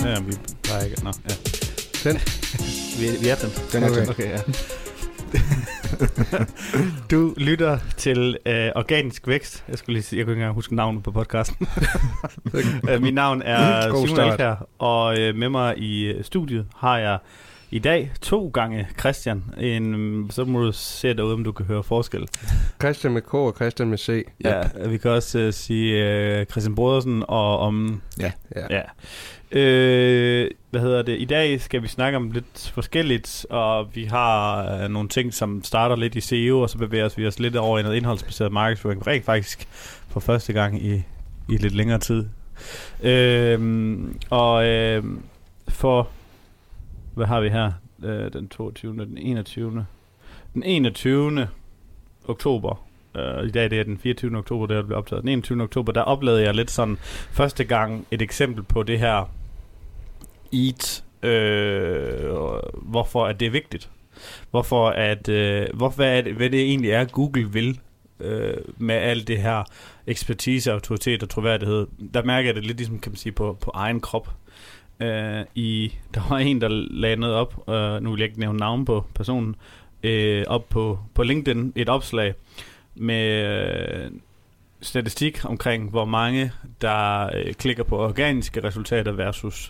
Ja, vi plejer ikke. Nå, ja. Den? Vi er tændt. Den er tændt. Okay, ja. Du lytter til Organisk Vækst. Jeg kunne ikke engang huske navnet på podcasten. Mit navn er Simon Elkjær, og med mig i studiet har jeg i dag 2 gange Christian. Så må du se derude, om du kan høre forskel. Christian med K og Christian med C. Ja, vi kan også sige Christian Brodersen og om... Ja. I dag skal vi snakke om lidt forskelligt, og vi har nogle ting, som starter lidt i SEO, og så bevæger vi os lidt over i noget indholdsbaseret markedsføring. Rent faktisk for første gang i lidt længere tid. For... Hvad har vi her? Den 22. Den 21. Den 21. oktober. I dag det er den 24. oktober, der blev optaget. Den 21. oktober, der oplevede jeg lidt sådan første gang et eksempel på det her EAT. Hvorfor at det er vigtigt. Hvad det egentlig er, Google vil med alt det her ekspertise, autoritet og troværdighed. Der mærker jeg det lidt ligesom, kan man sige, på egen krop. Der var en, der lagde noget op, nu vil jeg ikke nævne navn på personen, op på LinkedIn, et opslag med statistik omkring, hvor mange der klikker på organiske resultater versus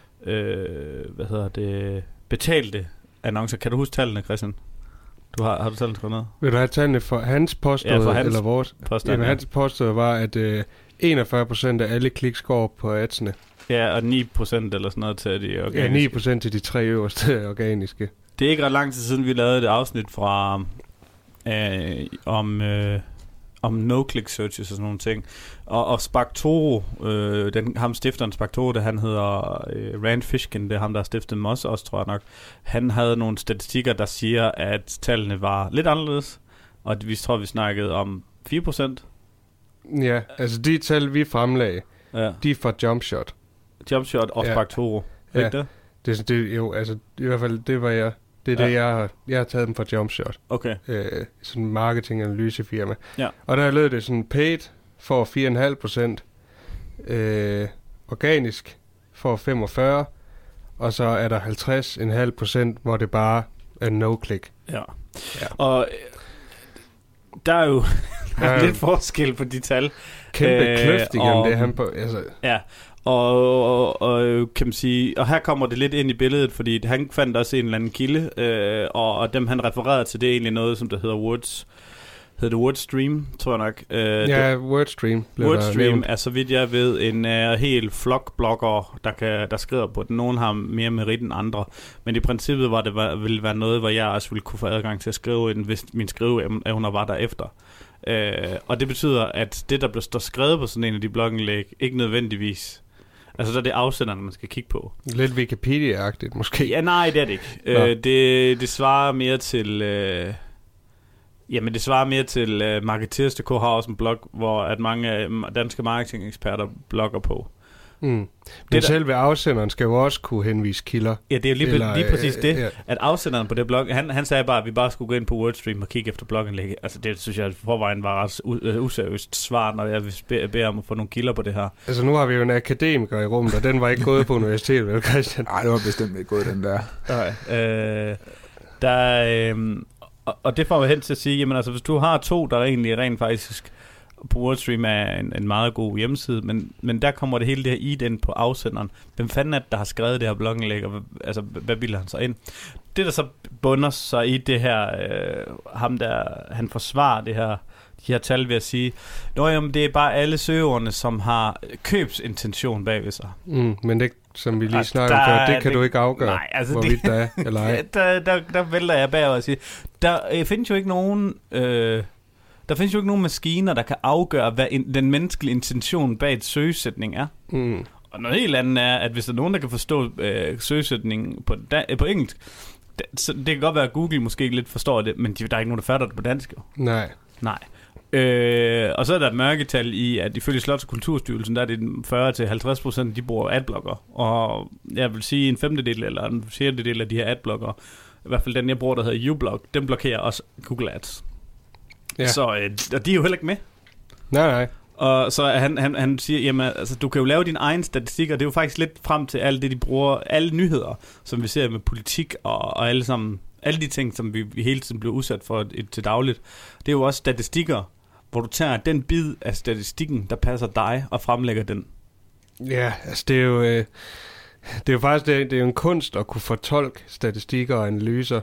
betalte annoncer. Kan du huske tallene, Christian? Har du tallene skrevet ned? Vil du have tallene for hans påståede, eller vores? Påstand, ja. Hans påståede var, at 41% af alle kliks går på adsene. Ja, og 9% eller sådan noget til de organiske. Ja, 9% til de 3 øverste organiske. Det er ikke ret lang tid siden, vi lavede et afsnit fra om no-click searches og sådan nogle ting. Og Sparktoro, ham stifteren Sparktoro, det han hedder Rand Fishkin, det er ham, der har stiftet Moz også, tror jeg nok. Han havde nogle statistikker, der siger, at tallene var lidt anderledes, og vi tror, vi snakkede om 4%. Ja, altså de tal, vi fremlagde, de er fra Jumpshot. Jumpshot og Sparktoro, ikke det? Det jo, altså i hvert fald, det var jeg. Det er det, jeg har taget dem fra Jumpshot. Okay. Sådan en marketing-analysefirma. Ja. Og der lød det sådan paid for 4,5%, organisk for 45%, og så er der 50,5%, hvor det bare er no-click. Ja. Og der er jo lidt forskel på de tal. Kæmpe kløft igennem det, han på... Altså. Ja. Og kan man sige, og her kommer det lidt ind i billedet, fordi han fandt også en eller anden kilde, og dem han refererede til, det er egentlig noget, som der hedder Wordstream, tror jeg nok. Wordstream. Wordstream er, så vidt jeg ved, en hel flok-blogger, der skriver på den. Nogen har mere merit end andre, men i princippet ville være noget, hvor jeg også ville kunne få adgang til at skrive ind, hvis min skriveevner var derefter. Og det betyder, at det, der står skrevet på sådan en af de blogindlæg, ikke nødvendigvis... Altså, der er det afsenderne, man skal kigge på. Lidt Wikipedia-agtigt, måske. Ja, nej, det er det ikke. Det svarer mere til... det svarer mere til Marketeers.dk har også en blog, hvor at mange danske marketing-eksperter blogger på. Men selve afsenderen skal jo også kunne henvise kilder. Ja, det er jo lige præcis det, at afsenderen på det blog, han sagde bare, at vi bare skulle gå ind på Wordstream og kigge efter blogindlæg. Altså det synes jeg forvejen var ret useriøst svar, når jeg beder om at få nogle kilder på det her. Altså nu har vi jo en akademiker i rummet, og den var ikke gået på universitetet, vel Christian? Nej, det var bestemt ikke gået, den der. Nej. Og det får vi hen til at sige, jamen altså hvis du har 2, der egentlig rent faktisk på Wordstream er en meget god hjemmeside, men der kommer det hele det her i den på afsenderen. Hvem fanden er det, der har skrevet det her blogindlæg, og hvad bilder han så ind? Det, der så bunder sig i det her, han forsvarer de her tal ved at sige, det er bare alle søgerne, som har købsintention bagved sig. Men det, som vi lige snakkede om før, det kan du ikke afgøre, nej, altså hvorvidt der er, eller ej. Der vælter jeg bagover og siger, der findes jo ikke nogen... Der findes jo ikke nogen maskiner, der kan afgøre, hvad den menneskelige intention bag et søgesætning er. Og noget helt andet er, at hvis der er nogen, der kan forstå søgesætningen på engelsk, det kan godt være, at Google måske ikke lidt forstår det, men der er ikke nogen, der fatter det på dansk. Nej. Og så er der et mørketal i, at ifølge Slots- og Kulturstyrelsen, der er det 40-50%, de bruger adblocker. Og jeg vil sige, en 5. eller en 6. del af de her adblocker, i hvert fald den, jeg bruger, der hedder uBlock, den blokerer også Google Ads. Ja. Så og de er jo heller ikke med. Nej. Og så han siger, jamen, altså, du kan jo lave din egen statistik, og det er jo faktisk lidt frem til alt det, de bruger, alle nyheder, som vi ser med politik og alle de ting, som vi hele tiden bliver udsat for til dagligt. Det er jo også statistikker, hvor du tager den bid af statistikken, der passer dig, og fremlægger den. Ja, altså det er jo faktisk det er jo en kunst at kunne fortolke statistikker og analyser,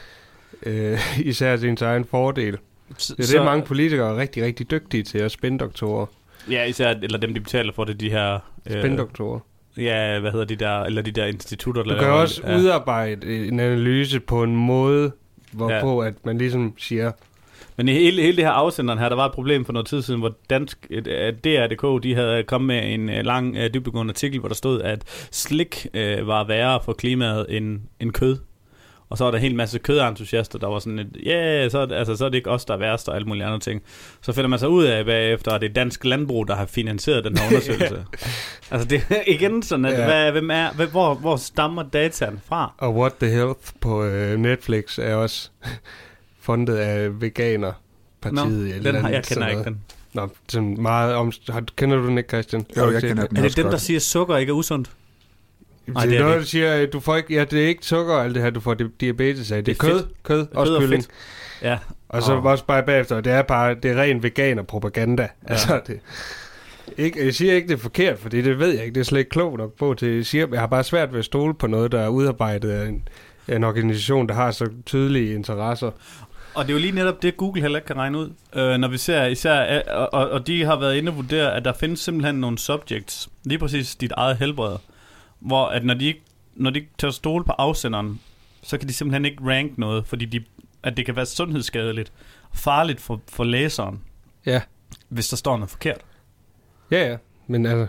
især til ens egen fordel. Det er mange politikere er rigtig, rigtig dygtige til at spindoktorer. Ja, især, eller dem, de betaler for det, de her... spindoktorer. Ja, hvad hedder de der, eller de der institutter. Du kan også udarbejde en analyse på en måde, hvorpå at man ligesom siger... Men i hele det her afsenderen her, der var et problem for noget tid siden, hvor DR.dk, de havde kommet med en lang, dybdegående artikel, hvor der stod, at slik var værre for klimaet end kød. Og så var der en hel masse kødentusiaster, der var sådan et, så er det ikke os, der er værst og alle mulige andre ting. Så finder man sig ud af bagefter, at det er dansk landbrug, der har finansieret den her undersøgelse. Altså det er igen sådan, at hvor stammer dataen fra? Og What the Health på Netflix er også fundet af Veganerpartiet. Jeg kender ikke den. Nå, sådan meget kender du den ikke, Christian? Jo, jeg kender den. Er det dem, der siger, at sukker ikke er usundt? Nej, det er noget, der siger, du får ikke, det er ikke sukker og alt det her, du får diabetes af. Det er kød også kylling. Ja. Og så også bare bagefter, det er ren veganer-propaganda. Ja. Altså, jeg siger ikke, det er forkert, fordi det ved jeg ikke, det er slet ikke klogt nok på til. Jeg har bare svært ved at stole på noget, der er udarbejdet af en organisation, der har så tydelige interesser. Og det er jo lige netop det, Google heller ikke kan regne ud. Når vi ser især, og de har været inde og vurdere, at der findes simpelthen nogle subjects, lige præcis dit eget helbred, hvor at når de tager stole på afsenderen, så kan de simpelthen ikke ranke noget, fordi at det kan være sundhedsskadeligt, farligt for læseren, hvis der står noget forkert. Ja, men altså...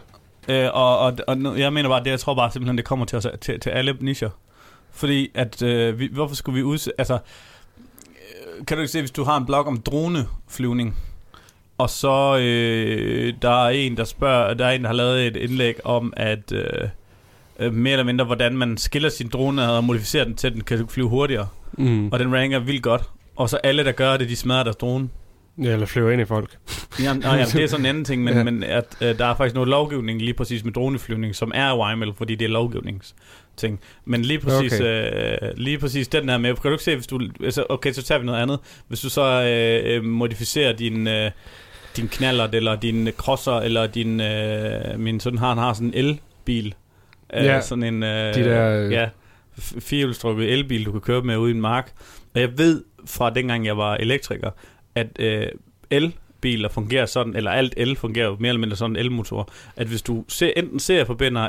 Og jeg mener bare, jeg tror bare simpelthen, det kommer til alle nicher. Fordi at, hvorfor skulle vi altså, kan du ikke se, hvis du har en blog om droneflyvning, og så der er en, der har lavet et indlæg om, at mere eller mindre, hvordan man skiller sin drone og modificerer den til, at den kan flyve hurtigere. Og den ranker vildt godt. Og så alle, der gør det, de smadrer deres drone. Ja, eller flyver ind i folk. Jamen, det er sådan en anden ting, men at der er faktisk noget lovgivning lige præcis med droneflyvning, som er WIML, fordi det er lovgivningsting. Men lige præcis den her med, kan du ikke se, hvis du... Okay, så tager vi noget andet. Hvis du så modificerer din knallert, eller din crosser, eller din... min søn har sådan en elbil. Sådan en... firehjulstrukket elbil, du kan køre med ude i en mark. Og jeg ved fra dengang, jeg var elektriker, at elbiler fungerer sådan, eller alt el fungerer jo mere eller mindre sådan en elmotor, at hvis du enten serieforbinder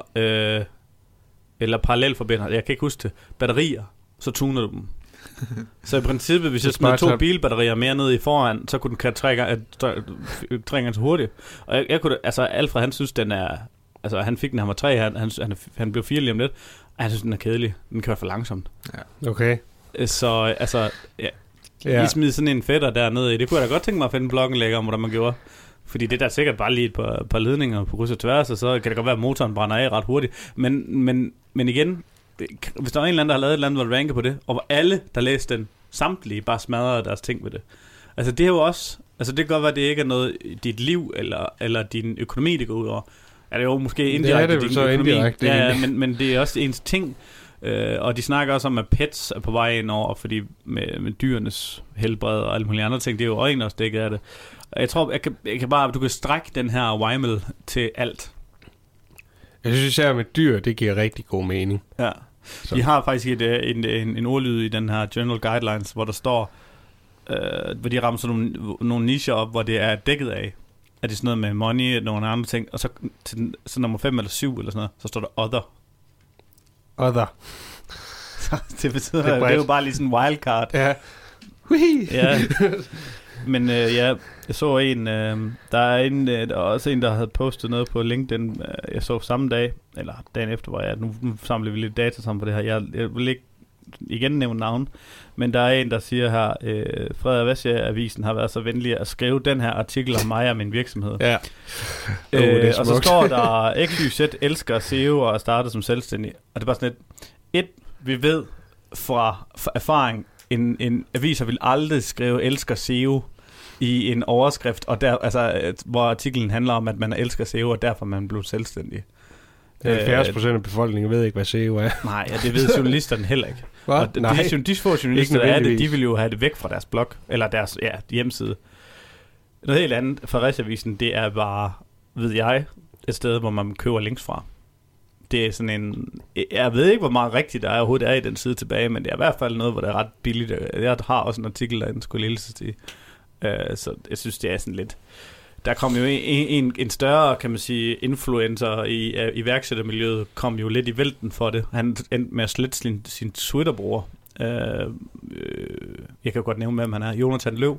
eller parallelforbinder, jeg kan ikke huske det, batterier, så tuner du dem. Så i princippet, hvis jeg smed 2 bilbatterier mere ned i foran, så kunne den trænge så hurtigt. Og jeg kunne, altså Alfred, han synes, den er, altså han fik den, han var 3, han blev 4 lige om lidt, og han synes, den er kedelig. Den kører for langsomt. Ja. Okay. Så altså, I smider sådan en fætter dernede i. Det kunne jeg da godt tænke mig at finde bloggen lækker om, hvordan man gjorde. Fordi det der er sikkert bare lige et par ledninger på kryds og tværs, og så kan det godt være, at motoren brænder af ret hurtigt. Men igen, hvis der er en eller anden, der har lavet et eller andet, hvor ranker på det, og hvor alle, der læste den, samtlige bare smadrede deres ting ved det. Altså det er jo også, altså det kan godt være, at det ikke er noget dit liv, eller din økonomi, det går ud over. Er det jo måske indirekte din økonomi. Indirekte. Men det er også ens ting. Og de snakker også om, at pets er på vej ind over, fordi med dyrenes helbred og alle mulige andre ting, det er jo også dækket af det. Jeg tror, jeg kan bare, du kan strække den her WIML til alt. Jeg synes især med dyr, det giver rigtig god mening. Ja. Så. De har faktisk en ordlyd i den her General Guidelines, hvor der står, hvor de rammer sådan nogle nicher op, hvor det er dækket af. Er det sådan noget med money og nogle andre ting, og så til nummer 5 eller 7 eller sådan noget, så står der other. Det betyder, det er jo bare lige sådan en wildcard. Ja. Ja. Men jeg så en, der er også en, der havde postet noget på LinkedIn, jeg så samme dag, eller dagen efter, hvor nu samler vi lidt data sammen på det her. Jeg vil ikke igen nævne navn, men der er en, der siger her, Frederik Vestsjæ-avisen har været så venlig at skrive den her artikel om mig og min virksomhed. Ja. Og så står der, XYZ elsker SEO og er startet som selvstændig. Og det er bare sådan et, vi ved fra erfaring, en aviser vil aldrig skrive elsker SEO, i en overskrift, og der, altså, hvor artiklen handler om, at man elsker SEO, og derfor man blev selvstændig. 70% af befolkningen ved ikke, hvad SEO er. Nej, ja, det ved journalisterne heller ikke. Og de få journalister, der er det, de vil jo have det væk fra deres blog, eller deres hjemmeside. Noget helt andet fra Rigsavisen, det er bare, ved jeg, et sted, hvor man køber links fra. Det er sådan en... Jeg ved ikke, hvor meget rigtigt der overhovedet er i den side tilbage, men det er i hvert fald noget, hvor det er ret billigt. Jeg har også en artikel, der skulle lille til. Så jeg synes, det er sådan lidt... Der kom jo en større, kan man sige, influencer i iværksættermiljøet, kom jo lidt i vælten for det. Han endte med at slette sin Twitter-bruger. Jeg kan godt nævne, hvem han er. Jonathan Løv.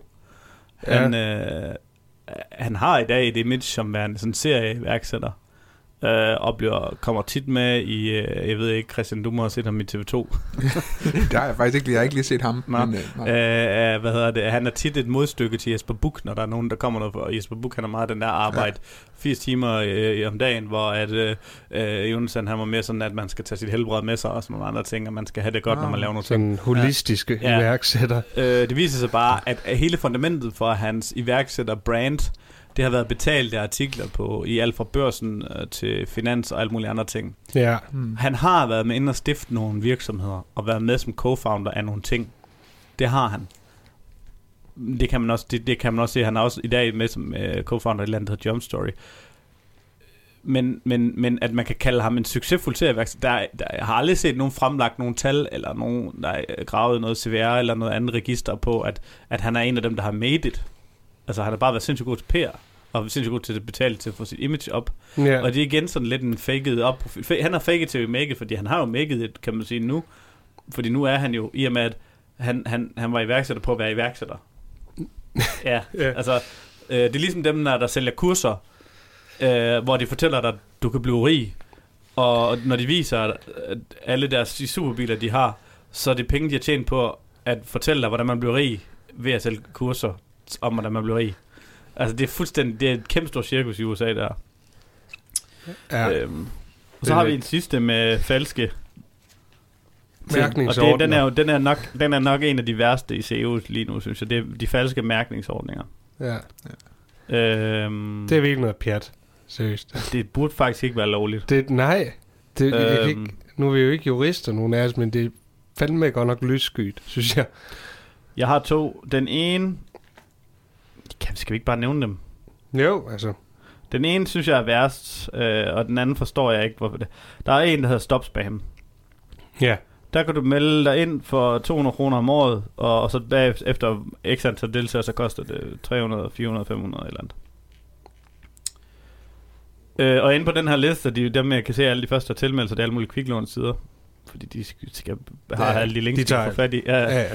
Han har i dag et image som værende sådan en serie-iværksætter. Og kommer tit med i, jeg ved ikke, Christian, du må have set ham i TV2. Det har jeg faktisk ikke, jeg har ikke lige set ham. Men, hvad hedder det? Han er tit et modstykke til Jesper Buch, når der er nogen, der kommer noget for. Og Jesper Buch, han har meget den der arbejde 80 timer om dagen, hvor at Jonathan, han var mere sådan, at man skal tage sit helbred med sig og sådan nogle andre ting, og man skal have det godt, når man laver nogle ting. Sådan holistiske iværksætter. Det viser sig bare, at hele fundamentet for hans iværksætter-brand, det har været betalt af artikler på i alt fra Børsen til Finans og alle mulige andre ting. Ja. Han har været med inde og stifte nogle virksomheder og været med som co-founder af nogle ting. Det har han. Det kan man også se. Han er også i dag med som co-founder i et land, der hedder Jump Story. Men at man kan kalde ham en succesfuld serieværksætter, jeg har aldrig set nogen fremlagt nogle tal, eller nogen, der er gravet noget CVR eller noget andet register på, at han er en af dem, der har made it. Altså han har bare været sindssygt god til PR, og sindssygt god til at betale til at få sit image op. Yeah. Og det er igen sådan lidt en faked op. Han har faked til at make it, fordi han har jo maket it, kan man sige nu. Fordi nu er han jo, i og med at han var iværksætter på at være iværksætter. Ja, yeah. Altså det er ligesom dem, der sælger kurser, hvor de fortæller dig, at du kan blive rig. Og når de viser, at alle de superbiler, de har, så er det penge, de har tjent på at fortælle dig, hvordan man bliver rig ved at sælge kurser om, hvordan man bliver rig. Altså, det er fuldstændig... Det er et kæmpe stort cirkus i USA, der. Ja. Og så har vi en sidste med falske mærkningsordninger. Og den er nok en af de værste i SEO lige nu, synes jeg. Det er de falske mærkningsordninger. Ja. Det er virkelig noget pjat. Seriøst. Det burde faktisk ikke være lovligt. Nej. Nu er vi jo ikke jurister, nogen af os, men det er fandme godt nok lysskyt, synes jeg. Jeg har to. Den ene... Skal vi ikke bare nævne dem? Jo, altså. Den ene synes jeg er værst, og den anden forstår jeg ikke, hvorfor det. Der er en, der hedder Stop Spam. Ja. Der kan du melde dig ind for 200 kroner om året, og så bagefter x antal deltagere, så koster det 300, 400, 500 eller andet. Og inde på den her liste, de er dem, jeg kan se alle de første tilmeldelser, det er alle mulige kviklånssider, fordi de skal have alle de links, de får fat i.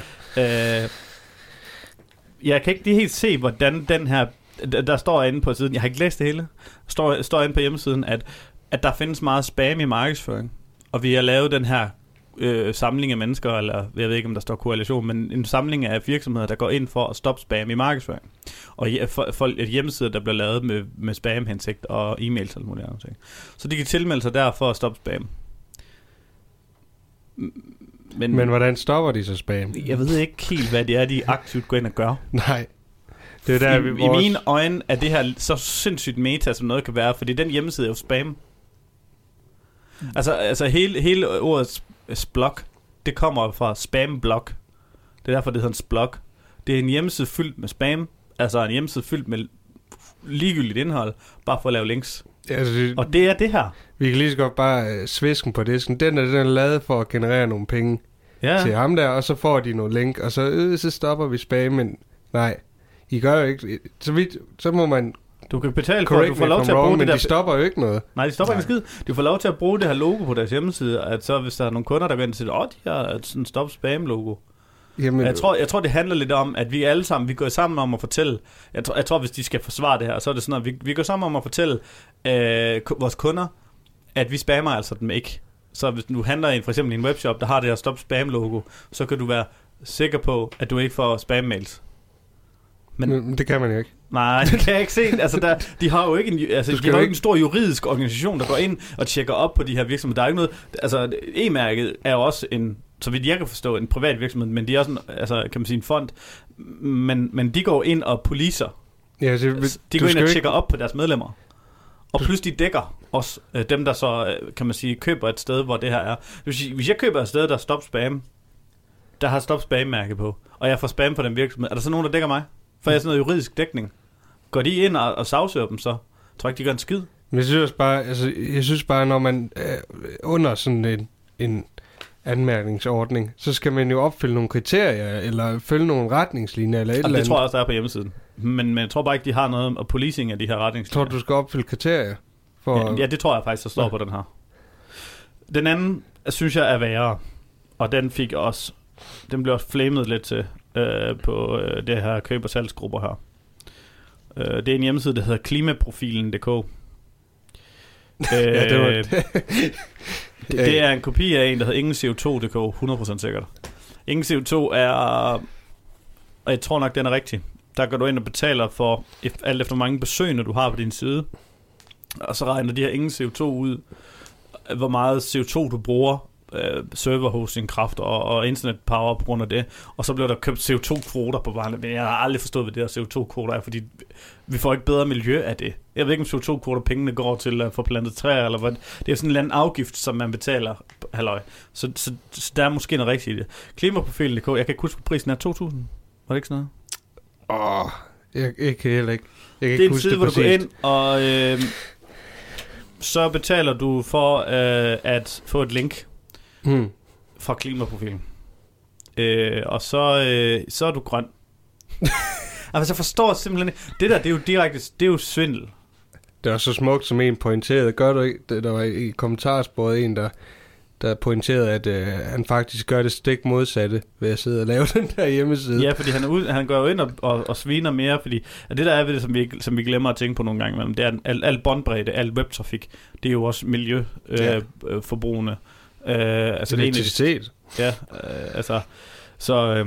Jeg kan ikke lige helt se, hvordan den her... Der står inde på siden, jeg har ikke læst det hele, står inde på hjemmesiden, at der findes meget spam i markedsføring. Og vi har lavet den her samling af mennesker, eller jeg ved ikke, om der står koalition, men en samling af virksomheder, der går ind for at stoppe spam i markedsføring. Og et hjemmeside, der bliver lavet med spam-hensigt og e-mails og alt muligt andet. Så de kan tilmelde sig der for at stoppe spam. Men hvordan stopper de så spam? Jeg ved ikke helt, hvad det er, de aktivt går ind og gør. Nej. Det er der, I mine øjne er det her så sindssygt meta, som noget kan være, fordi den hjemmeside er jo spam. Altså hele ordets blog, det kommer fra spam-blog. Det er derfor, det hedder en blog. Det er en hjemmeside fyldt med spam, altså en hjemmeside fyldt med ligegyldigt indhold, bare for at lave links. Altså og det er det her. Vi kan lige så godt bare svisken på disken. Den er lavet for at generere nogle penge til ham der, og så får de nogle link, og så stopper vi spam, men nej, I gør jo ikke. Så må man... Du kan betale for, at du får lov til at bruge det men der... de stopper jo ikke noget. Nej, de stopper ikke skid. Du får lov til at bruge det her logo på deres hjemmeside, at så hvis der er nogle kunder, der går ind og siger, de har sådan en stop spam logo. Jamen, jeg tror, det handler lidt om, at vi alle sammen, vi går sammen om at fortælle, jeg tror, hvis de skal forsvare det her, så er det sådan, at vi går sammen om at fortælle vores kunder, at vi spammer altså dem ikke. Så hvis du handler for eksempel i en webshop, der har det her stop spam logo, så kan du være sikker på, at du ikke får spam mails. Men det kan man jo ikke. Nej, det kan jeg ikke se. Altså, de har jo ikke en stor juridisk organisation, der går ind og tjekker op på de her virksomheder. Der er ikke noget... Altså, E-mærket er jo også så vidt jeg kan forstå, en privat virksomhed, men de er også kan man sige en fond, men de går ind og policer. Ja, de går ind og tjekker op på deres medlemmer. Og plus de dækker også dem, der så, kan man sige, køber et sted, hvor det her er. Det vil sige, hvis jeg køber et sted, der stop spam, der har stop spam-mærke på, og jeg får spam på den virksomhed, er der så nogen, der dækker mig? For jeg er sådan noget juridisk dækning. Går de ind og sagsøger dem så? Jeg tror ikke, de gør en skid. Men jeg synes bare, når man under sådan en anmærkningsordning, så skal man jo opfylde nogle kriterier, eller følge nogle retningslinjer, eller et eller andet. Det tror jeg også, der er på hjemmesiden. Men jeg tror bare ikke, de har noget om policing af de her retningslinjer. Jeg tror, du skal opfylde kriterier? Ja, det tror jeg faktisk, der står på den her. Den anden, synes jeg, er værre. Og den blev også flamet lidt til på det her køb- og salgsgrupper her. Det er en hjemmeside, der hedder klimaprofilen.dk. Ja, det var det er en kopi af en, der hedder ingenCO2.dk, 100% sikkert. Ingen CO2 er, og jeg tror nok, den er rigtig. Der går du ind og betaler for alt efter mange besøgende, du har på din side. Og så regner de her ingen CO2 ud, hvor meget CO2 du bruger, server hosting kraft og internet power på grund af det. Og så bliver der købt CO2-kvoter på vejen. Men jeg har aldrig forstået, hvad det her CO2-kvoter er, fordi vi får ikke bedre miljø af det. Jeg ved ikke, om CO2-kvoter pengene går til at få plantet træer, eller hvad. Det er sådan en eller anden afgift, som man betaler. Halløj. Så der er måske noget rigtigt i det. Klimaprofilen.dk, jeg kan ikke huske, prisen er 2.000. Var det ikke sådan noget? Jeg kan heller ikke. Jeg kan det er ikke en side, hvor du går ind, og så betaler du for at få et link fra klimaprofilen. Og så er du grøn. Altså, jeg forstår simpelthen ikke. Det der, det er jo direkte, det er jo svindel. Det er så smukt, som en pointerede. Gør du ikke? Der var i kommentarsporet en, der pointerede, at han faktisk gør det stik modsatte ved at sidde og lave den der hjemmeside. Ja, fordi han går jo ind og sviner mere, fordi det der er ved det, som vi glemmer at tænke på nogle gange, det er al båndbredde, al webtrafik, det er jo også miljøforbrugende. Altså elektricitet. Ja, så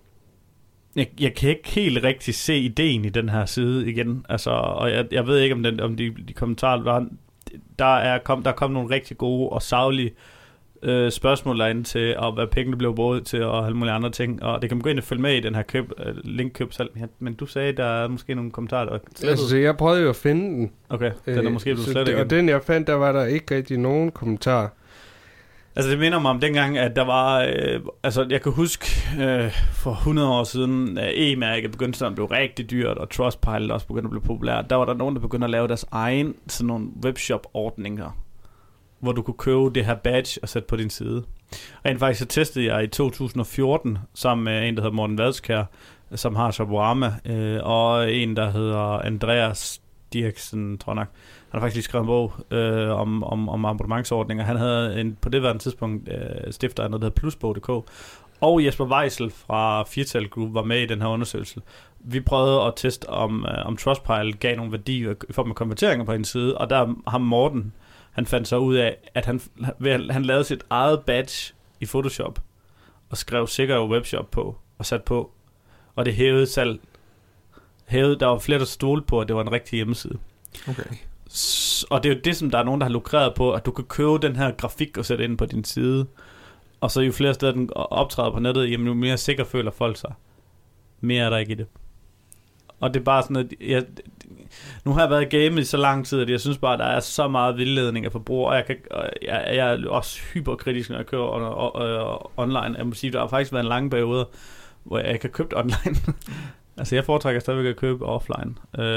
jeg kan ikke helt rigtig se ideen i den her side igen. Altså, og jeg ved ikke, om de kommentarer var, der kom nogle rigtig gode og saglige spørgsmål derinde til, og hvad pengene blev brugt til, og alle mulige andre ting. Og det kan man gå ind og følge med i den her linkkøbsalg. Men du sagde, der er måske nogle kommentarer, der var slettet. Altså, jeg prøvede jo at finde den. Okay, den er måske blevet slettet igen. Og den jeg fandt, der var der ikke rigtig nogen kommentarer. Altså det minder mig om dengang, at der var, jeg kan huske for 100 år siden, at e-mærket begyndte at blive rigtig dyrt, og Trustpilot også begyndte at blive populært. Der var der nogen, der begyndte at lave deres egen sådan nogle webshop-ordninger, hvor du kunne købe det her badge og sætte på din side. Rent faktisk så testede jeg i 2014 sammen med en, der hedder Morten Vadskær, som har Shoporama, og en, der hedder Andreas Dirksen, tror jeg nok. Han har faktisk lige skrevet en bog om abonnementsordninger. Han havde på det værende tidspunkt stifter af noget, der hedder Plusbog.dk. Og Jesper Weissel fra Firtal Group var med i den her undersøgelse. Vi prøvede at teste, om Trustpilot gav nogle værdier i form af konverteringer på en side, og der har Morten, han fandt så ud af, at han lavede sit eget badge i Photoshop, og skrev sikker webshop på, og sat på, og det hævede salg. Der var flere, der stolede på, at det var en rigtig hjemmeside. Okay. Og det er jo det, som der er nogen, der har lukreret på, at du kan købe den her grafik og sætte ind på din side, og så jo flere steder den optræder på nettet, jamen jo mere sikker føler folk sig. Mere er der ikke i det. Og det er bare sådan, at nu har jeg været i gamet i så lang tid, at jeg synes bare, at der er så meget vildledning af forbrugere, og jeg er også hyperkritisk, når jeg køber online. Jeg må sige, der har faktisk været en lang periode, hvor jeg ikke har købt online. Altså, jeg foretrækker stadigvæk at købe offline.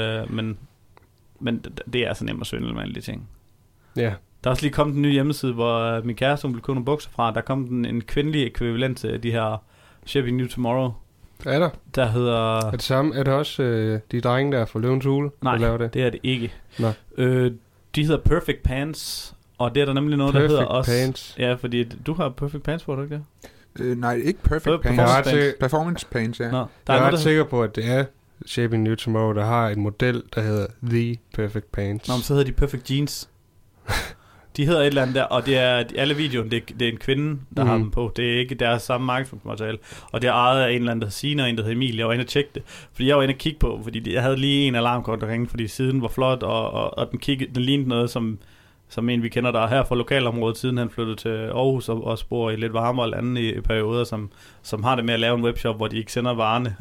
Men det er så nemt at svindle med alle de ting. Ja. Der er også lige kommet en ny hjemmeside, hvor min kæreste ville købe nogle bukser fra. Der kom en kvindelig ekvivalent til de her Shipping New Tomorrow. Er der? Der hedder... Er det samme? Er det også de drenge, der er fra Løvens Hule? Nej, der laver det? Det er det ikke. Nå. De hedder Perfect Pants, og det er der nemlig noget, Perfect der hedder også... Pants. Ja, fordi du har Perfect Pants på, du ikke det? Nej, ikke Perfect Pants. Performance Pants, ja. Nå, jeg er ret sikker på, at det er Shaping New Tomorrow, der har en model, der hedder The Perfect Pants. Nå, men så hedder de Perfect Jeans. De hedder et eller andet der, og det er alle videoen, det er en kvinde, der har dem på. Det er ikke deres samme markedsføringsmateriale. Og det er ejet af en eller anden, der hedder Sina, og en, der hedder Emil. Jeg var inde og tjekke det, fordi jeg var inde og kigge på, fordi jeg havde lige en alarmklokke, der ringede, fordi siden var flot, og den lignede noget, som en vi kender, der er her fra lokalområdet, siden han flyttede til Aarhus og bor i lidt varmere lande i perioder, som har det med at lave en webshop, hvor de ikke sender varerne.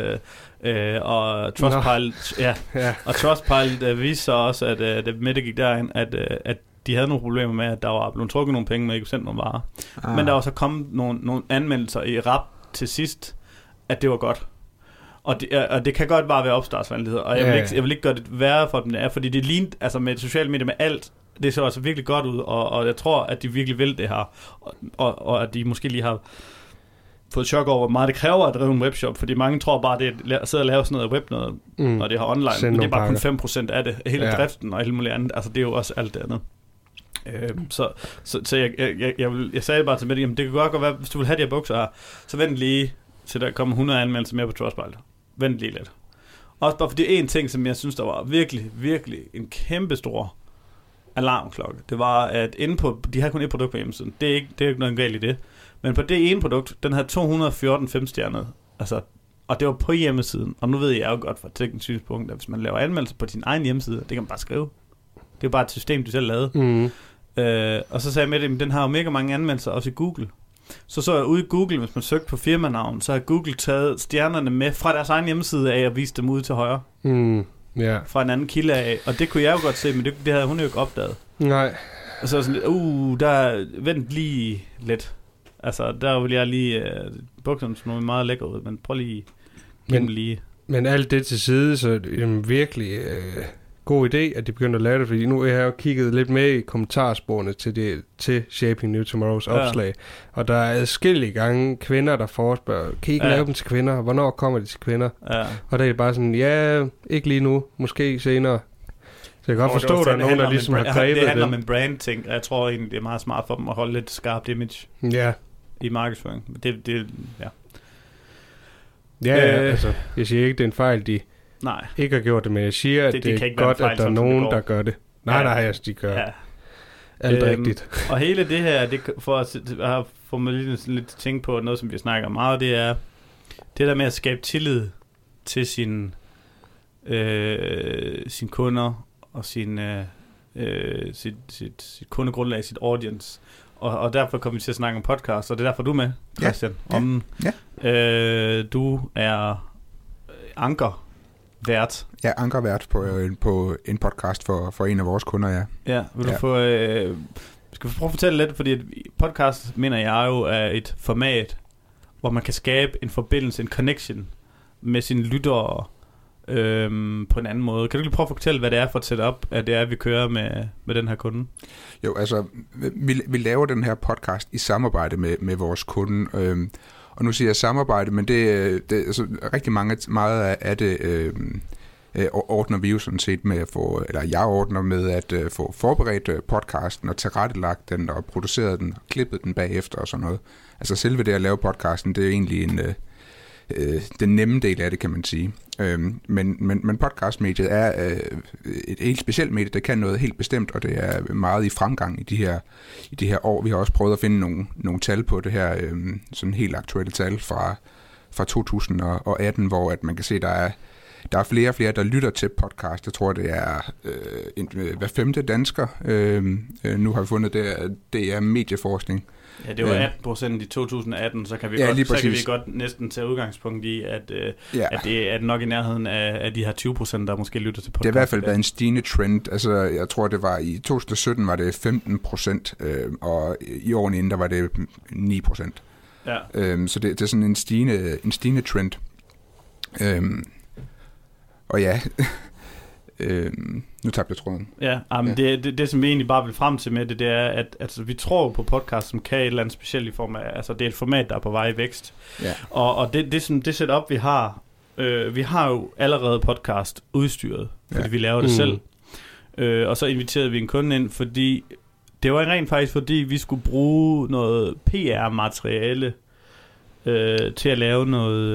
Og Trustpilot viste sig også, at da Mette gik derind, at de havde nogle problemer med, at der var blevet trukket nogle penge, men ikke sendt nogle varer. Men der var så kommet nogle anmeldelser i rap til sidst, at det var godt. Og det kan godt bare være opstartsvanskeligheder, og jeg vil ikke gøre det værre for dem, det er, fordi det lignede, altså med sociale medier med alt, det så altså virkelig godt ud, og jeg tror, at de virkelig vil det her, og at de måske lige har fået chok over, hvor meget det kræver at drive en webshop, fordi mange tror bare, det er at sidde og lave sådan noget web noget, og det har online, men det er bare kun 5% af det, hele driften og hele muligt andet, altså det er jo også alt det andet. Så jeg sagde bare til Mette, jamen det kan godt være, hvis du vil have de her bukser her, så vent lige, til der kommer 100 anmeldelser mere på Trustpilot. Vent lige lidt. Også bare fordi en ting, som jeg synes, der var virkelig, virkelig en kæmpe stor alarmklokke, det var, at inde på, de har kun et produkt på hjemmesiden, det er ikke noget galt i det, men på det ene produkt, den havde 214 5-stjernede, altså, og det var på hjemmesiden, og nu ved jeg jo godt fra et teknisk synspunkt, at hvis man laver anmeldelser på sin egen hjemmeside, det kan man bare skrive. Det er bare et system, du selv lavede. Og så sagde jeg med det, den har jo mega mange anmeldelser, også i Google. Så jeg ude i Google, hvis man søgte på firmanavn, så har Google taget stjernerne med fra deres egen hjemmeside af og vist dem ud til højre. Fra en anden kilde af. Og det kunne jeg jo godt se, men det havde hun jo ikke opdaget. Nej. Og så sådan lidt, der vent lige lidt. Altså, der vil jeg lige bukserne som noget meget lækker ud, men prøv lige lige. Men alt det til side, så virkelig god idé, at de begynder at lave det, fordi nu har jeg jo kigget lidt med i kommentarsporene til Shaping New Tomorrows opslag, og der er adskillige gange kvinder, der forespørger, kan I ikke lave dem til kvinder? Hvornår kommer de til kvinder? Og der er bare sådan, ikke lige nu, måske senere. Så jeg kan godt forstå, at der er nogen, der ligesom har grebet det handler om en brand-ting, og jeg tror egentlig, det er meget smart for dem at holde lidt skarpt image i markedsføring. Altså, jeg siger ikke, det er en fejl, de ikke har gjort det, men jeg siger, at det er godt, at der er nogen, der gør det. Nej, altså, de gør alt rigtigt. Og hele det her, for at få mig lidt til at tænke på noget, som vi snakker meget, det er det der med at skabe tillid til sine kunder og sit kundegrundlag, sit audience. Og derfor kommer vi til at snakke om podcast, og det er derfor, du er med, Christian. Du er ankervært. Ja, ankervært på en podcast for en af vores kunder, Ja, vil du få... skal vi prøve at fortælle lidt, fordi podcast, mener jeg jo, er et format, hvor man kan skabe en forbindelse, en connection med sine lyttere på en anden måde. Kan du lige prøve at fortælle, hvad det er for et setup, at det er, vi kører med den her kunde? Jo, altså, vi laver den her podcast i samarbejde med vores kunde, og nu siger jeg samarbejde, men det altså, rigtig meget af det ordner vi jo sådan set med at få, eller jeg ordner med at få forberedt podcasten og tilrettelagt den og produceret den og klippet den bagefter og sådan noget. Altså selve det at lave podcasten, det er egentlig den nemme del af det, kan man sige. Men podcastmediet er et helt specielt medie, der kan noget helt bestemt, og det er meget i fremgang i de her år. Vi har også prøvet at finde nogle tal på det her, sådan helt aktuelle tal fra 2018, hvor at man kan se, der er flere og flere, der lytter til podcast. Jeg tror, det er hver 5. dansker. Nu har vi fundet det er medieforskning. Ja, det var 18% i 2018, så kan vi godt næsten tage udgangspunkt i, at det er nok i nærheden af de her 20%, der måske lytter til podcast. Det har i hvert fald været en stigende trend. Altså, jeg tror, det var i 2017 var det 15%, og i årene inden, der var det 9%. Ja. Så det er sådan en stigende trend. Og ja... nu tabte jeg tråden. Ja, men det som vi egentlig bare vil frem til med det er, at altså, vi tror på podcast, som kan et eller andet specielt i form af, altså det er et format, der er på vej i vækst. Ja. Og det setup, vi har jo allerede podcast udstyret, fordi vi laver det selv. Og så inviterede vi en kunde ind, fordi det var rent faktisk, fordi vi skulle bruge noget PR-materiale til at lave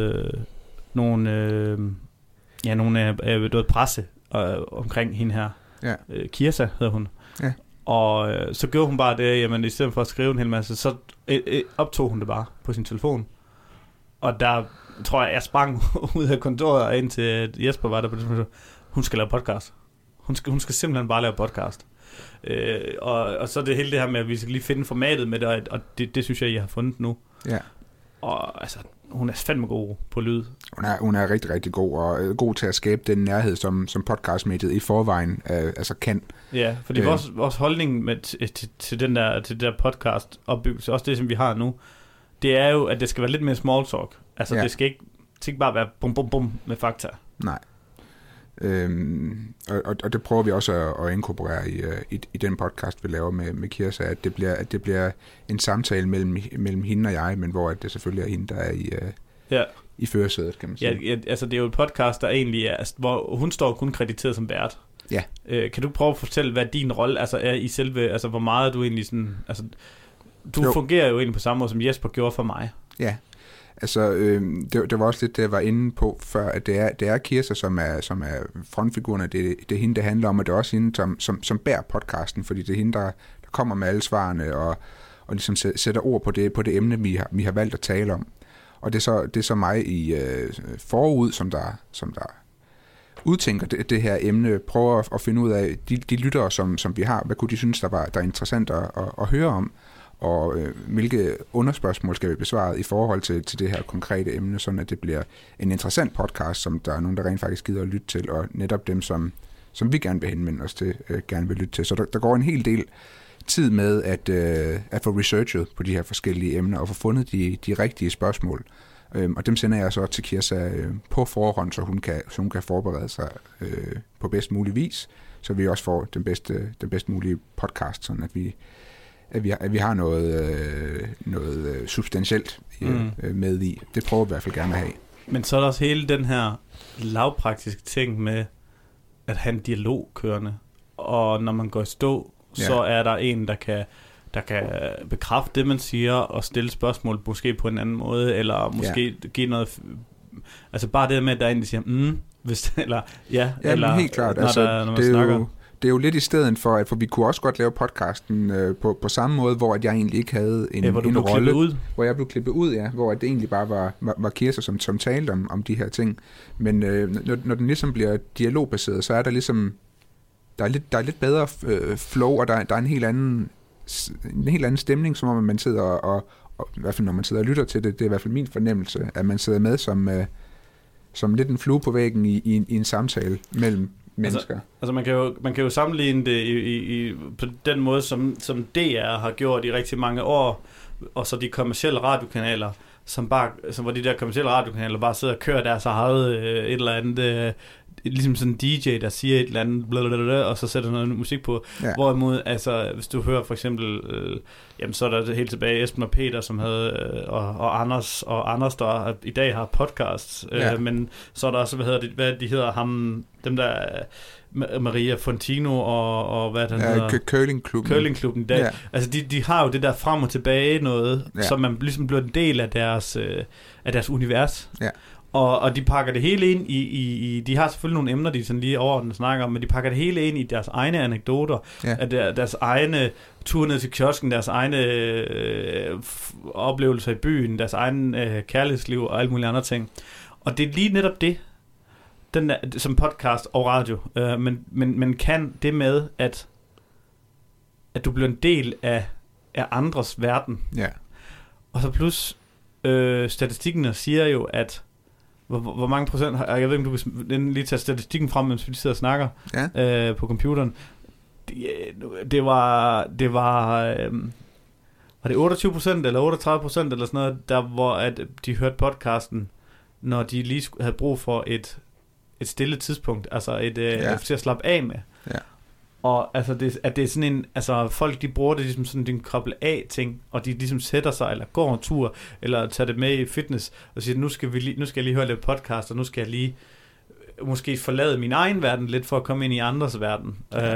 noget presse omkring hende her. Ja. Kirsa hedder hun. Ja. Og så gjorde hun bare det, jamen i stedet for at skrive en hel masse, så optog hun det bare på sin telefon. Og der tror jeg sprang ud af kontoret og ind til Jesper var der på det. Hun skal lave podcast. Hun skal simpelthen bare lave podcast. Og så er det hele det her med, at vi skal lige finde formatet med det, og det synes jeg, I har fundet nu. Ja. Og altså, hun er fandme god på lyd. Hun er rigtig, rigtig god, og god til at skabe den nærhed, som podcastmediet i forvejen altså kan. Ja, fordi vores holdning til den der podcast opbyggelse, også det, som vi har nu, det er jo, at det skal være lidt mere small talk. Altså, det skal ikke bare være bum, bum, bum med fakta. Nej. Og det prøver vi også at inkorporere i den podcast, vi laver med Kirsa, at det bliver en samtale mellem hende og jeg, men hvor det selvfølgelig er hende, der er i førersædet, kan man sige. Ja, altså det er jo et podcast, der egentlig er, hvor hun står kun krediteret som vært. Ja. Kan du prøve at fortælle, hvad din rolle altså er i selve, altså hvor meget du egentlig sådan, altså du fungerer jo egentlig på samme måde, som Jesper gjorde for mig. Ja. Altså, det var også lidt det, jeg var inde på før, at det er Kirsa, som er frontfiguren, og det er hende, det handler om, og det er også hende, som bærer podcasten, fordi det er hende, der kommer med alle svarene, og ligesom sætter ord på det emne, vi har valgt at tale om. Og det er så mig i forud, som der udtænker det her emne, prøver at finde ud af, de lyttere, som vi har, hvad kunne de synes, der er interessant at høre om, og hvilke underspørgsmål skal vi besvare i forhold til det her konkrete emne, sådan at det bliver en interessant podcast, som der er nogen, der rent faktisk gider at lytte til, og netop dem, som vi gerne vil henvende os til, gerne vil lytte til. Så der går en hel del tid med at få researchet på de her forskellige emner, og få fundet de rigtige spørgsmål. Og dem sender jeg så til Kirsa på forhånd, så hun kan forberede sig på bedst mulig vis, så vi også får den bedst mulige podcast, sådan at vi har noget substantielt med i. Det prøver vi i hvert fald gerne at have. Men så er der også hele den her lavpraktiske ting med at have en dialog kørende. Og når man går i stå, så er der en, der kan bekræfte det, man siger, og stille spørgsmål måske på en anden måde, eller måske give noget. Altså bare det med, at der er en, der siger, hvis, eller ja, eller helt klart. Når altså, når man snakker. Det er jo lidt i stedet for vi kunne også godt lave podcasten på samme måde, hvor at jeg egentlig ikke havde en rolle, hvor jeg blev klippet ud, hvor det egentlig bare var Kirsa, som talte om de her ting. Men når den ligesom bliver dialogbaseret, så er der ligesom der er lidt bedre flow, og der er en helt anden stemning, som om man sidder og i hvert fald når man sidder og lytter til det er i hvert fald min fornemmelse, at man sidder med som lidt en flue på væggen i en samtale mellem mennesker. Altså man kan jo sammenligne det på den måde, som DR har gjort i rigtig mange år, og så de kommercielle radiokanaler, hvor de der kommercielle radiokanaler bare sidder og kører deres eget et eller andet, ligesom sådan en DJ, der siger et eller andet, blablabla, og så sætter noget musik på. Ja. Hvorimod, altså, hvis du hører for eksempel, jamen så er der helt tilbage Esben og Peter, som havde, og Anders, der i dag har podcasts, men så er der også, hvad de hedder, dem der, Maria Fontino og hvad den hedder? Curlingklubben i dag. Ja. Altså, de har jo det der frem og tilbage noget, som man ligesom bliver en del af deres univers. Ja. Og de pakker det hele ind i de har selvfølgelig nogle emner, de sådan lige overordnet snakker om, men de pakker det hele ind i deres egne anekdoter, deres egne tur ned til kiosken, deres egne oplevelser i byen, deres egen kærlighedsliv og alle mulige andre ting. Og det er lige netop det, den der, som podcast og radio, men kan det med, at du bliver en del af andres verden. Ja. Og så plus statistikken siger jo, at hvor mange procent, jeg ved ikke, om du vil lige tage statistikken frem, mens vi sidder og snakker på computeren. Det var det 28% eller 38% eller sådan noget, der hvor at de hørte podcasten, når de lige havde brug for et stille tidspunkt, altså til at slappe af med. Ja. Og altså det er sådan en, altså folk de bruger det ligesom sådan en koble af ting, og de ligesom sætter sig eller går en tur eller tager det med i fitness og siger nu skal jeg lige høre lidt podcast, og nu skal jeg lige måske forlade min egen verden lidt for at komme ind i andres verden.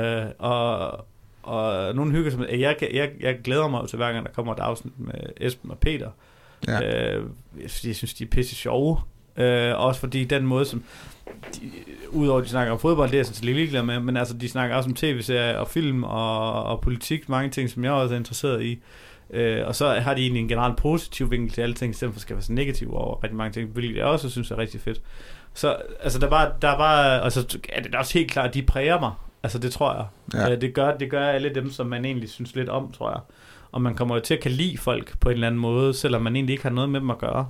Og nogen hygger sig med, jeg glæder mig til hver gang der kommer et afsnit med Esben og Peter. Ja. Jeg synes de er pisse sjove. Også fordi den måde som udover at de snakker om fodbold, det er jeg sådan lidt ligeglad med, men altså de snakker også om tv-serier og film og politik, mange ting som jeg også er interesseret i, og så har de egentlig en generelt positiv vinkel til alle ting, i stedet for at skal være så negativ over rigtig mange ting, hvilket jeg også synes er rigtig fedt. Så altså der var og så er det også helt klart, at de præger mig Altså det tror jeg. Ja. Det gør alle dem, som man egentlig synes lidt om, tror jeg. Og man kommer jo til at kan lide folk på en eller anden måde, selvom man egentlig ikke har noget med dem at gøre.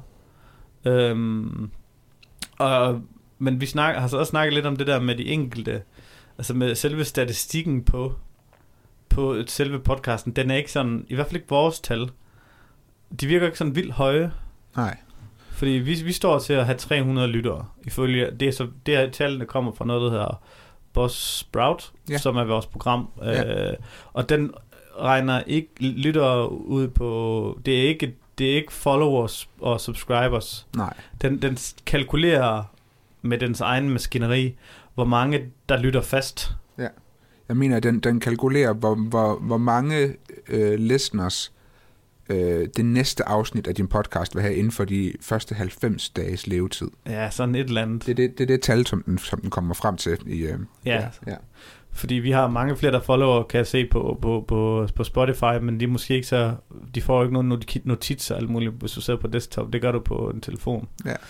Men vi har så også snakket lidt om det der med de enkelte, altså med selve statistikken på selve podcasten. Den er ikke sådan, i hvert fald ikke vores tal. De virker ikke sådan vildt høje. Nej. Fordi vi står til at have 300 lyttere. Ifølge det er tallene kommer fra noget, der hedder Buzzsprout, som er vores program. Og den regner ikke lyttere ud på... Det er ikke followers og subscribers. Nej. Den kalkulerer med dens egen maskineri, hvor mange der lytter fast. Ja. Jeg mener, den kalkulerer, hvor mange listeners det næste afsnit af din podcast vil have inden for de første 90 dages levetid. Ja, sådan et eller andet. Det er det tal, som den kommer frem til. Ja. Fordi vi har mange flere, der follower, kan jeg se på Spotify, men de er måske ikke så... De får ikke nogen notitser alt muligt, hvis du sidder på desktop. Det gør du på en telefon.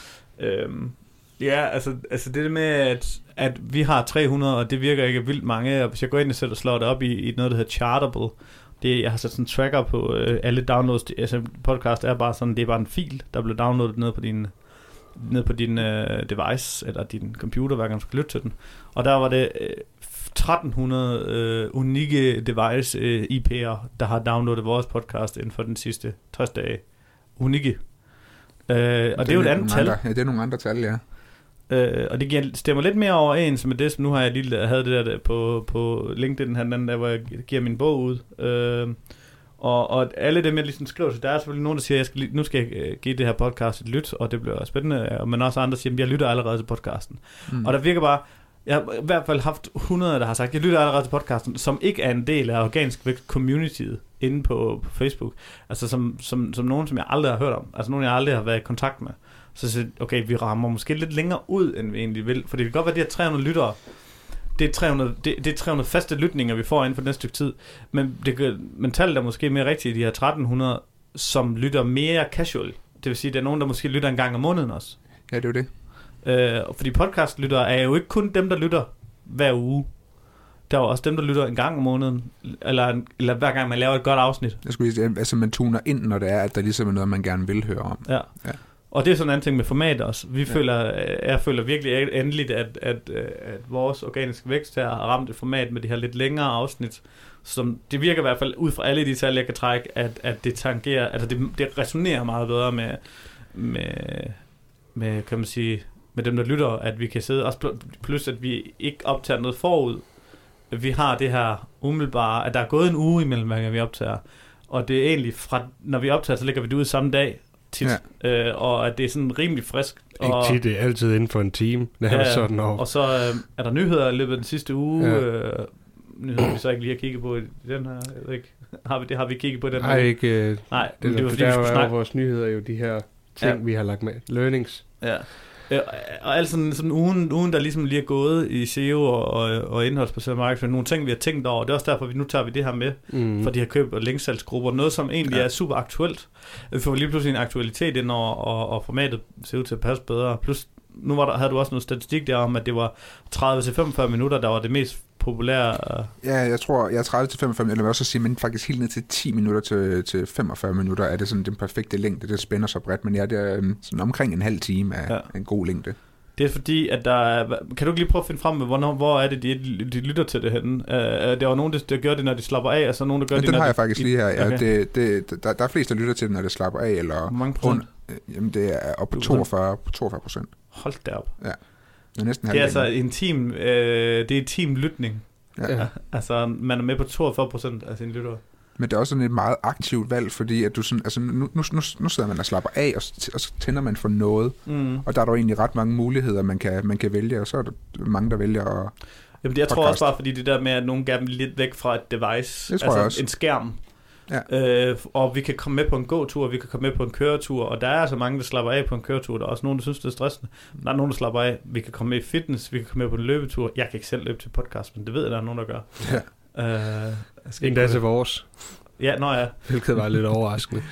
Ja. Altså det med, at vi har 300, og det virker ikke vildt mange, og hvis jeg går ind og sætter og slår det op i noget, der hedder Chartable, jeg har sat sådan en tracker på alle downloads. Altså podcast er bare sådan, det er bare en fil, der bliver downloadet ned på din device, eller din computer, hver gang du skal lytte til den. Og der var det 1300 unikke device IP'er, der har downloadet vores podcast inden for den sidste 60 dage. Unikke. Og det er jo et andet tal. Ja, det er nogle andre tal, ja. Og det stemmer lidt mere overens med det, som nu har jeg lige havde det der på LinkedIn, der hvor jeg giver min bog ud. Og alle dem, jeg ligesom skriver til, der er selvfølgelig nogen, der siger, nu skal jeg give det her podcast et lyt, og det bliver spændende, men også andre siger, jeg lytter allerede til podcasten. Og der virker bare, jeg har i hvert fald haft 100, der har sagt, jeg lytter allerede til podcasten, som ikke er en del af Organisk Vækst communityet inde på Facebook. Altså som nogen, som jeg aldrig har hørt om. Altså nogen, jeg aldrig har været i kontakt med. Så siger okay, vi rammer måske lidt længere ud, end vi egentlig vil. For det kan godt være, at de her 300 lyttere, det er 300 faste lytninger, vi får inden for næste stykke tid. Men tallet er måske mere rigtigt, de her 1300, som lytter mere casual. Det vil sige, at der er nogen, der måske lytter en gang om måneden også. Ja, det er jo det. Fordi podcastlyttere er jo ikke kun dem, der lytter hver uge. Der er jo også dem, der lytter en gang om måneden, eller hver gang man laver et godt afsnit. Jeg skulle sige, altså man tuner ind, når det er, at der ligesom er noget, man gerne vil høre om. Ja. Og det er sådan en anden ting med format også. Jeg føler virkelig endeligt, at vores Organiske Vækst her har ramt et format med de her lidt længere afsnit, som det virker i hvert fald ud fra alle de tal, jeg kan trække, at det tangerer, altså det resonerer meget bedre med kan man sige, med dem, der lytter, at vi kan sidde, også plus at vi ikke optager noget forud. Vi har det her umiddelbare, at der er gået en uge imellem, hver gang vi optager, og det er egentlig fra, når vi optager, så lægger vi det ud samme dag, tit, og at det er sådan rimelig frisk. Ikke tit, det er altid inden for en time. Sådan over. Og så er der nyheder i løbet af den sidste uge, nyheder vi så ikke lige har kigget på i den her, jeg ved ikke, har vi kigget på den her? Nej, ikke. Nej, men det var fordi, vi skulle snakke. Vores nyheder jo de her ting, vi har lagt med. Learnings. Ja. Og alt sådan ugen, der ligesom lige er gået i SEO og indholdsbaseret marketing, nogle ting, vi har tænkt over. Det er også derfor, nu tager vi det her med, for de her køb- og linksalgsgrupper. Noget, som egentlig er super aktuelt. Vi får lige pludselig en aktualitet ind over, og formatet ser ud til at passe bedre. Plus, nu havde du også noget statistik der om, at det var 30-45 minutter, der var det mest populære. Ja, jeg tror, jeg er 30-45 minutter, eller også sige, men faktisk helt ned til 10 minutter til 45 minutter, er det sådan den perfekte længde, det spænder så bredt, men det er sådan omkring en halv time af en god længde. Det er fordi, at der er, kan du ikke lige prøve at finde frem med, hvor er det, de lytter til det henne? Der var nogen, der gør det, når de slapper af, og så nogen, der gør det, den har jeg faktisk lige her. Ja, okay. Der er flest, der lytter til det, når det slapper af, eller... Hvor mange procent? Jamen, det er op på 42%. Hold da op. Ja. Det er altså en team lytning. Ja. Altså, man er med på 42% af sine lyttere. Men det er også sådan et meget aktivt valg, fordi at du sådan, altså nu sidder man og slapper af, og så tænder man for noget. Og der er der egentlig ret mange muligheder, man kan vælge, og så er der mange, der vælger at Jamen, jeg tror også bare, fordi det der med, at nogen gerne lidt væk fra et device, altså en skærm. Ja. Og vi kan komme med på en gåtur, vi kan komme med på en køretur, og der er altså mange, der slapper af på en køretur. Der er også nogen, der synes, det er stressende. Der er nogen, der slapper af. Vi kan komme med i fitness, vi kan komme med på en løbetur. Jeg kan ikke selv løbe til podcast, men det ved jeg, der er nogen, der gør. Ja. En dag til vores. Ja, ja. Hvilket var lidt overraskende.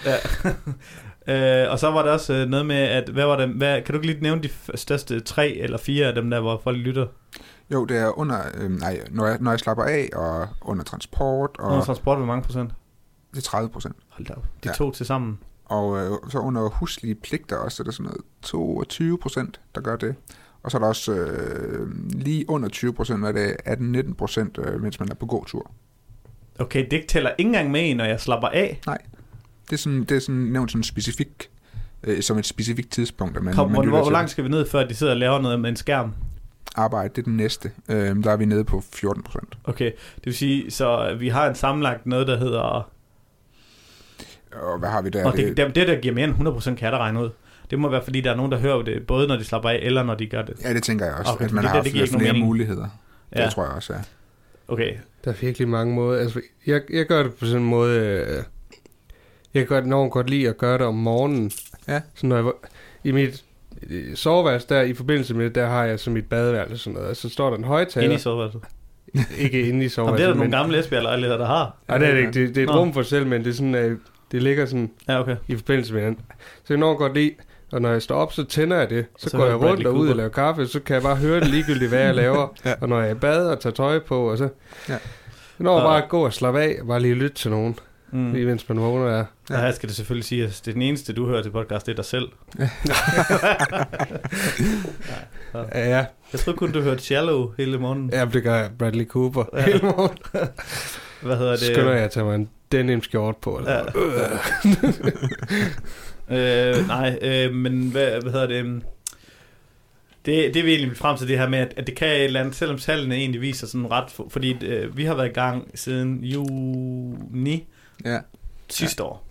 Ja. Og så var der også noget med, at kan du ikke lige nævne de største 3 eller 4 af dem der, hvor folk lytter? Jo, det er under, når jeg slapper af, og under transport. Og Under transport, hvor mange procent? Det er 30%. Hold da op. De to til sammen. Og så under huslige pligter også, så er det sådan noget 22%, der gør det. Og så er der også lige under 20%, hvad det er 18-19%, mens man er på gåtur. Okay, det tæller ikke engang med, når jeg slapper af. Nej, det er sådan nævnt sådan specifik, som et specifikt tidspunkt. At man hvor langt skal vi ned, før de sidder og laver noget med en skærm? Arbejde, det er den næste. Der er vi nede på 14%. Okay, det vil sige, så vi har en sammenlagt noget, der hedder... Og hvad har vi der? Og det der giver mere end 100%, kan jeg da regne ud. Det må være, fordi der er nogen, der hører det, både når de slapper af, eller når de gør det. Ja, det tænker jeg også, okay, at man har flere muligheder. Ja. Det tror jeg også, ja. Okay. Der er virkelig mange måder. Altså, jeg gør det på sådan en måde... Jeg kan enormt godt lide at gøre det om morgenen. Ja. Så når jeg, i mit soveværelse der, i forbindelse med det, der har jeg så mit badeværelse og sådan noget. Så står der en højtaler. Inde i soveværelset? Ikke inde i soveværelset. Det er der nogle gamle Esbjerg-lejligheder, der har. Nej, det er det ikke. Det er et rum for sig selv, men det er sådan... Det ligger sådan i forbindelse med hinanden. Så jeg enormt godt lide, og når jeg står op, så tænder jeg det. Så går jeg rundt og ud og laver kaffe, så kan jeg bare høre det ligegyldigt, hvad jeg laver. Ja. Og når jeg er i bad og tager tøj på, og så... Ja. Når bare gå og slappe af, og bare lige lytte til nogen, lige mens man vågner der. Ja, her skal det selvfølgelig sige, at det er den eneste, du hører til podcast, det er dig selv. Ja. Jeg tror kun, du hørte Shallow hele morgenen. Ja, det gør jeg. Bradley Cooper hele morgen. Hvad hedder det? Skynder jeg at tage mig en denim skjort på. Eller men hvad hedder det? Det er vi egentlig frem til det her med, at det kan et eller andet, selvom tallene egentlig viser sådan ret, fordi vi har været i gang siden juni sidste år.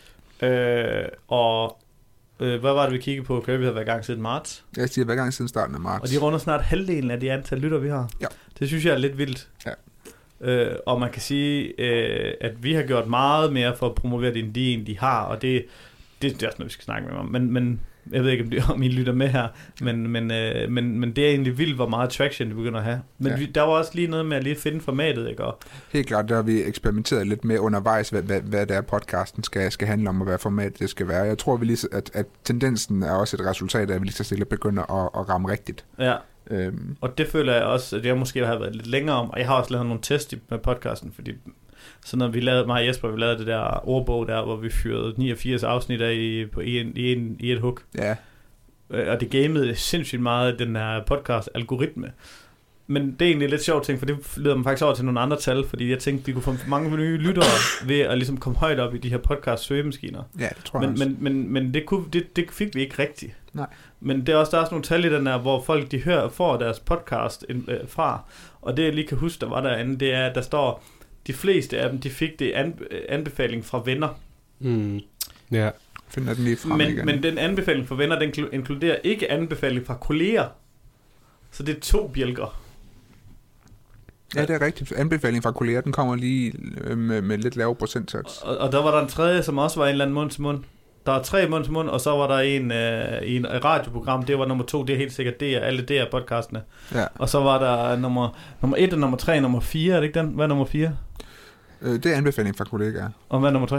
Hvad var det, vi kiggede på? Kirby har været i gang siden marts. Ja, de har været i gang siden starten af marts. Og de runder snart halvdelen af de antal lytter, vi har. Ja. Det synes jeg er lidt vildt. Ja. Og man kan sige, at vi har gjort meget mere for at promovere det, end de egentlig har, og det er også noget, vi skal snakke med om. Men jeg ved ikke, om I lytter med her, men det er egentlig vildt, hvor meget traction det begynder at have. Men der var også lige noget med at lige finde formatet, ikke? Og helt klart, der har vi eksperimenteret lidt med undervejs, hvad der podcasten skal handle om, og hvad format det skal være. Jeg tror, at tendensen er også et resultat af, at vi lige så stille begynder at ramme rigtigt. Ja. Og det føler jeg også, at jeg måske har været lidt længere om, og jeg har også lavet nogle tests med podcasten, fordi så når vi lavede, mig og Jesper, vi lavede det der ordbog der, hvor vi fyrede 89 afsnit af i et hug. Ja. Og det gamede sindssygt meget den her podcast-algoritme. Men det er egentlig lidt sjovt ting, for det leder mig faktisk over til nogle andre tal, fordi jeg tænkte, vi kunne få mange nye lyttere ved at ligesom komme højt op i de her podcast-søgemaskiner. Ja, det tror jeg også. Men det fik vi ikke rigtigt. Nej. Men der er også nogle tal i den der, hvor folk de får deres podcast fra. Og det jeg lige kan huske, der var derinde, det er, at der står, de fleste af dem, de fik det anbefaling fra venner. Ja. Finder den lige frem igen. Men den anbefaling fra venner, den inkluderer ikke anbefaling fra kolleger. Så det er 2 bjælker. Ja, det er rigtigt. Anbefaling fra kolleger, den kommer lige med lidt lavere procentsats. Og der var der en tredje, som også var en eller anden mund til mund. Der var 3 mund til mund, og så var der en i en radioprogram. Det var nummer 2, det er helt sikkert det er alle DR-podcastene. Ja. Og så var der nummer 1 og nummer 3 og nummer 4, er det ikke den? Hvad er nummer 4? Det er anbefaling fra kollegaer. Og hvad er nummer 3?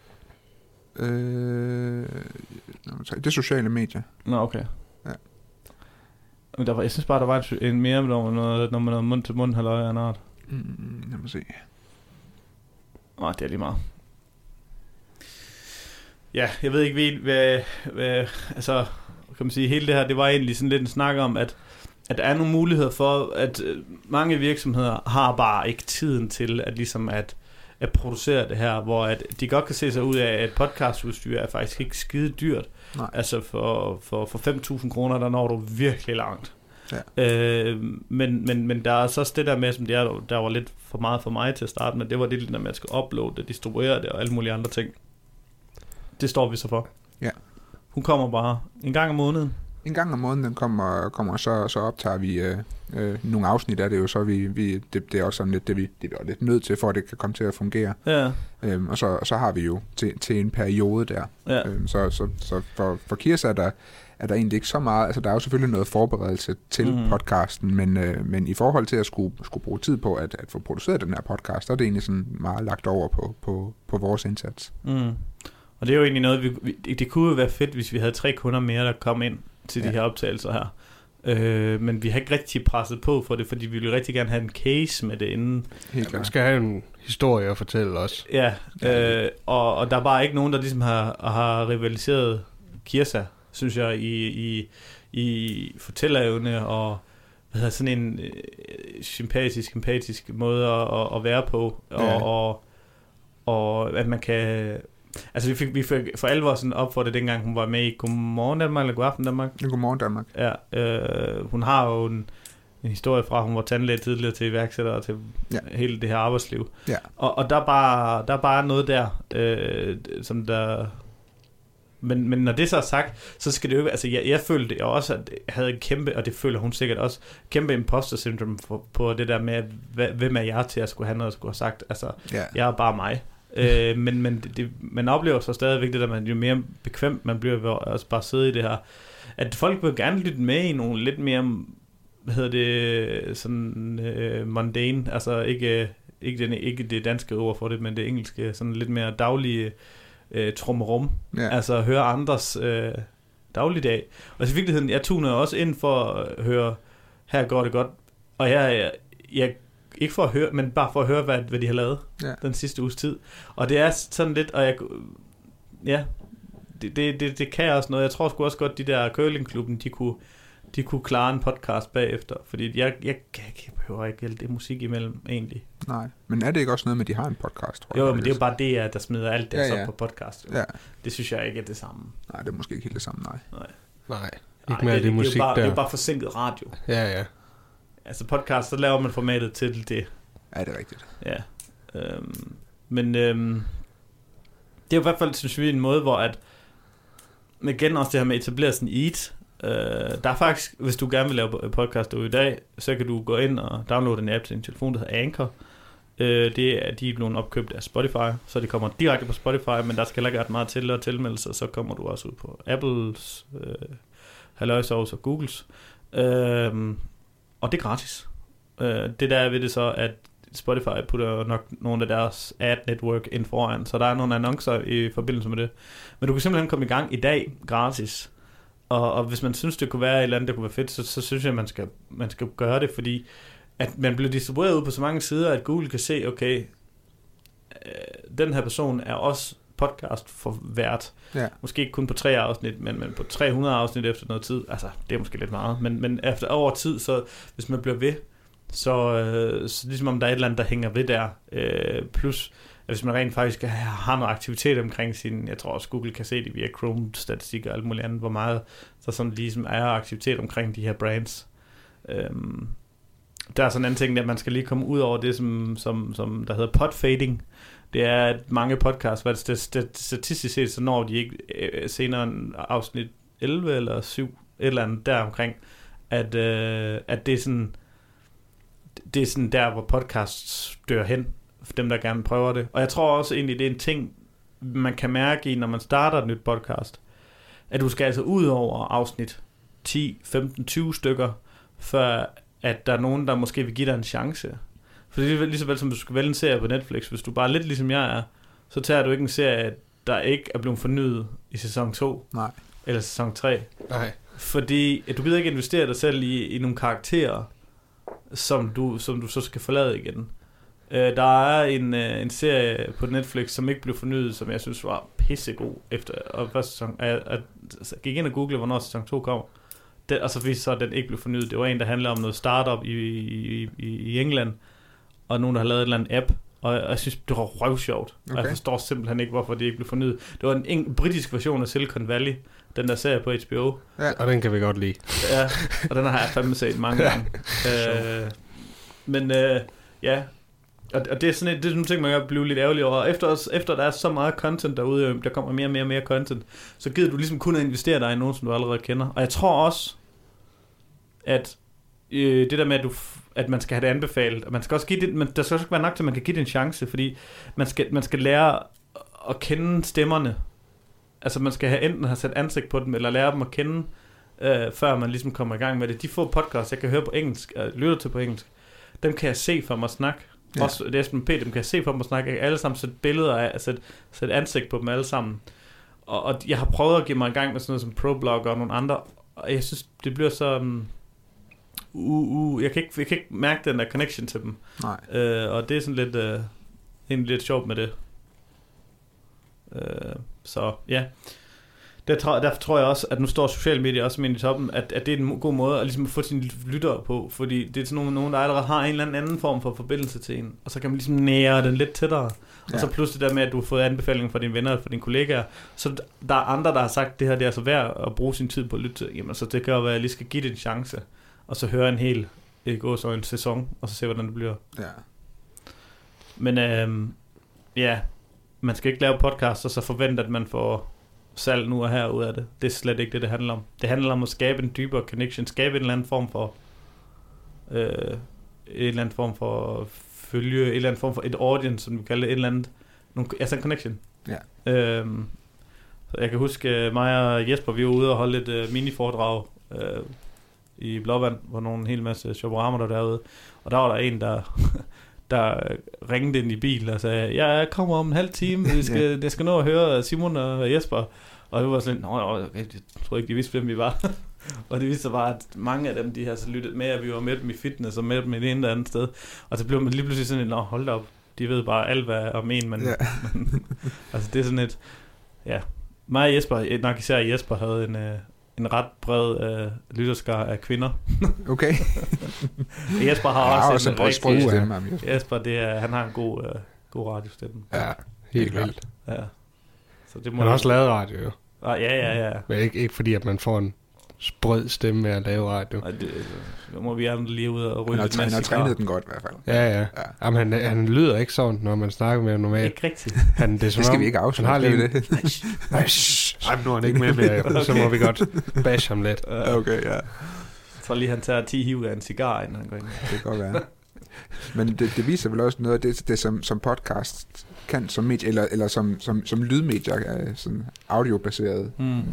Nummer 3, det er sociale medier. Nå, okay. Ja. Men jeg synes bare, der var en mere når man noget mund til mund halløj af en art. Lad mig se. Nå, det er lige meget. Ja, jeg ved ikke, hvad altså, kan man sige, hele det her, det var egentlig sådan lidt en snak om, at der er nogle muligheder for, at mange virksomheder har bare ikke tiden til at ligesom at producere det her, hvor at de godt kan se sig ud af, at podcastudstyr er faktisk ikke skide dyrt. Nej. Altså for 5.000 kroner, der når du virkelig langt. Ja. Men der er så det der med, som der var lidt for meget for mig til at starte med, det var det der med, at skal uploade det, distribuere det og alle mulige andre ting. Det står vi så for. Ja. Hun kommer bare en gang om måneden. En gang om måneden den kommer så optager vi nogle afsnit af det jo, så det er også sådan lidt det vi er lidt nødt til, for at det kan komme til at fungere. Ja. Og så har vi jo til en periode der. Ja. Så for Kirsa er der egentlig ikke så meget, altså der er jo selvfølgelig noget forberedelse til podcasten, men i forhold til at skulle bruge tid på at få produceret den her podcast, så er det egentlig sådan meget lagt over på vores indsats. Og det er jo egentlig noget, det kunne jo være fedt, hvis vi havde 3 kunder mere, der kom ind til de her optagelser her. Men vi har ikke rigtig presset på for det, fordi vi vil rigtig gerne have en case med det inden. Ja, man skal have en historie at fortælle også. Ja, og der er bare ikke nogen, der ligesom har rivaliseret Kirsa, synes jeg, i fortællerevne og sådan en sympatisk, empatisk måde at være på, og at man kan... Altså vi fik for alvor sådan op for det, dengang hun var med i Godmorgen Danmark, eller Godaften Danmark. Godmorgen Danmark. Ja, hun har jo en historie fra, hun var tandlæge tidligere til iværksætter og til hele det her arbejdsliv. Ja. Og der er bare noget der, som der... Men når det så er sagt, så skal det jo... Altså jeg følte det også, at jeg havde en kæmpe, og det føler hun sikkert også, kæmpe imposter syndrome på det der med, hvem er jeg til at skulle have noget at skulle have sagt. Altså, jeg er bare mig. Men man oplever så stadigvæk det der, man jo mere bekvemt man bliver ved at altså bare sidde i det her, at folk vil gerne lytte med i nogle lidt mere, sådan mundane, altså ikke det danske ord for det, men det engelske, sådan lidt mere daglige trummerum, altså høre andres dagligdag. Og i virkeligheden, jeg tuner også ind for at høre, her går det godt, og jeg ikke for at høre, men bare for at høre, hvad de har lavet den sidste uges tid. Og det er sådan lidt, og det kan også noget. Jeg tror sgu også godt, de der curlingklubben, de kunne klare en podcast bagefter, fordi jeg behøver ikke alt det musik imellem, egentlig. Nej, men er det ikke også noget med, at de har en podcast, tror jeg? Jo, men det er jo bare det, der smider alt det så på podcast. Ja. Det synes jeg ikke er det samme. Nej, det er måske ikke helt det samme, Nej. Ikke med det musik der. Det er bare forsinket radio. Ja. Altså podcast, så laver man formatet til det. Ja, det er rigtigt. Ja. Men det er jo i hvert fald, synes vi, en måde, hvor at igen også det her med at etablere sådan et der er faktisk, hvis du gerne vil lave podcast derude i dag, så kan du gå ind og downloade en app til din telefon, der hedder Anchor. De er blevet opkøbt af Spotify, så det kommer direkte på Spotify, men der skal ikke ret meget til at tilmelde sig, så kommer du også ud på Apples, Halløjsovs og Googles. Og det er gratis. Det der er ved det så, at Spotify putter nok nogle af deres ad-network ind foran, så der er nogle annoncer i forbindelse med det. Men du kan simpelthen komme i gang i dag gratis. Og hvis man synes, det kunne være et eller andet, der kunne være fedt, så synes jeg, man skal gøre det, fordi at man bliver distribueret ud på så mange sider, at Google kan se, okay, den her person er også podcast for vært. Ja. Måske ikke kun på 3 afsnit, men på 300 afsnit efter noget tid. Altså, det er måske lidt meget. Men efter over tid, så hvis man bliver ved, så ligesom om der er et eller andet, der hænger ved der. Plus, at hvis man rent faktisk har noget aktivitet omkring sin, jeg tror også Google kan se det via Chrome-statistik og alt muligt andet, hvor meget der sådan ligesom er aktivitet omkring de her brands. Der er sådan en anden ting, at man skal lige komme ud over det, som der hedder podfading. Det er, at mange podcasts, hvad det statistisk set, så når de ikke senere en afsnit 11 eller 7, et eller andet deromkring, at det er sådan der, hvor podcasts dør hen, for dem, der gerne prøver det. Og jeg tror også egentlig, det er en ting, man kan mærke i, når man starter et nyt podcast, at du skal altså ud over afsnit 10, 15, 20 stykker, før at der er nogen, der måske vil give dig en chance. For det er lige så vel, som du skal vælge en serie på Netflix. Hvis du bare er lidt ligesom jeg er, så tager du ikke en serie, der ikke er blevet fornyet i sæson 2. Nej. Eller sæson 3. Nej. Fordi du gider ikke investere dig selv i nogle karakterer, som du så skal forlade igen. Der er en serie på Netflix, som ikke blev fornyet, som jeg synes var pissegod efter første sæson. Jeg gik ind og googlede, hvornår sæson 2 kom. Og så viste så, at den ikke blev fornyet. Det var en, der handler om noget startup i England, og nogen, der har lavet et eller andet app, og jeg synes, det var røvsjovt. Okay. Og jeg forstår simpelthen ikke, hvorfor det ikke blev fornyet. Det var en britisk version af Silicon Valley, den der serie på HBO. Ja, og den kan vi godt lide. Ja, og den har jeg fandme set mange gange. Ja, og det er sådan nogle ting, man kan blive lidt ærgerlig over. Efter der er så meget content derude, der kommer mere content, så gider du ligesom kun at investere dig i nogen, som du allerede kender. Og jeg tror også, at det der med, at man skal have det anbefalet, og man skal også give det, men der skal også være nok til, at man kan give det en chance, fordi man skal lære at kende stemmerne. Altså man skal enten have sat ansigt på dem, eller lære dem at kende, før man ligesom kommer i gang med det. De få podcasts, jeg kan høre på engelsk, og lytter til på engelsk, dem kan jeg se for mig snakke. Ja. Også det Esben P, dem kan jeg se for mig snakke. Jeg kan alle sammen sætte billeder af, sætte ansigt på dem alle sammen. Og jeg har prøvet at give mig i gang med sådan noget som ProBlogger og nogle andre, og jeg synes, det bliver så... jeg kan ikke mærke den der connection til dem. Nej. Og det er sådan lidt egentlig lidt sjovt med det. Så ja. Derfor tror jeg også, at nu står sociale medier også med i toppen, at det er en god måde at ligesom få sine lyttere på, fordi det er sådan nogen, der allerede har en eller anden form for forbindelse til en, og så kan man ligesom nære den lidt tættere. Og så pludselig der med, at du har fået anbefalinger fra dine venner og fra dine kollegaer, så der er andre, der har sagt, det her det er altså værd at bruge sin tid på at lytte til. Jamen, så det kan jo være, at jeg lige skal give det en chance, og så høre en hel en sæson, og så se, hvordan det bliver. Ja. Men ja, man skal ikke lave podcast, og så forvente, at man får salg nu og her ud af det. Det er slet ikke det handler om. Det handler om at skabe en dybere connection, skabe en eller anden form for en eller anden form for følge, en eller anden form for et audience, som vi kalder det, et eller andet, altså en connection. Ja. Så jeg kan huske, mig og Jesper, vi var ude og holde et mini-foredrag i Blåvand, hvor nogle hel masse shopperammer der derude, og der var der en, der ringede ind i bil og sagde, jeg kommer om en halv time, jeg skal nå at høre Simon og Jesper. Og det var sådan, okay, jeg tror ikke, de vidste, hvem vi var. Og det viste sig bare, at mange af dem, de har så lyttet med, at vi var med dem i fitness og med dem i det ene eller andet sted. Og så blev man lige pludselig sådan, hold da op, de ved bare alt hvad om en, men altså det er sådan et, ja. Mig og Jesper, nok især Jesper, havde en ret bred lytterskare af kvinder. Okay. Jesper har også en rigtig stemme. Jesper, han har en god radiostemme. Ja, helt vildt. Ja. Så det må man har også lavet radio, jo. Ja. Men ikke fordi, at man får en sprød stemme med at lave radio. Nej, det må vi andre lige ud og ryge lidt. Han har trænet den godt i hvert fald. Ja. Jamen, han lyder ikke sådan, når man snakker med ham normalt. Ikke rigtigt. Det skal vi ikke afsløre. Han har lige det. Nej, nu er han ikke med mere. Okay. Så må vi godt bash ham lidt. Okay, ja. Jeg tror lige, han tager 10 hiv af en cigar, inden han går ind. Det kan godt være. Men det viser vel også noget af det som podcast kan som medie, eller som lydmedier, sådan audiobaseret.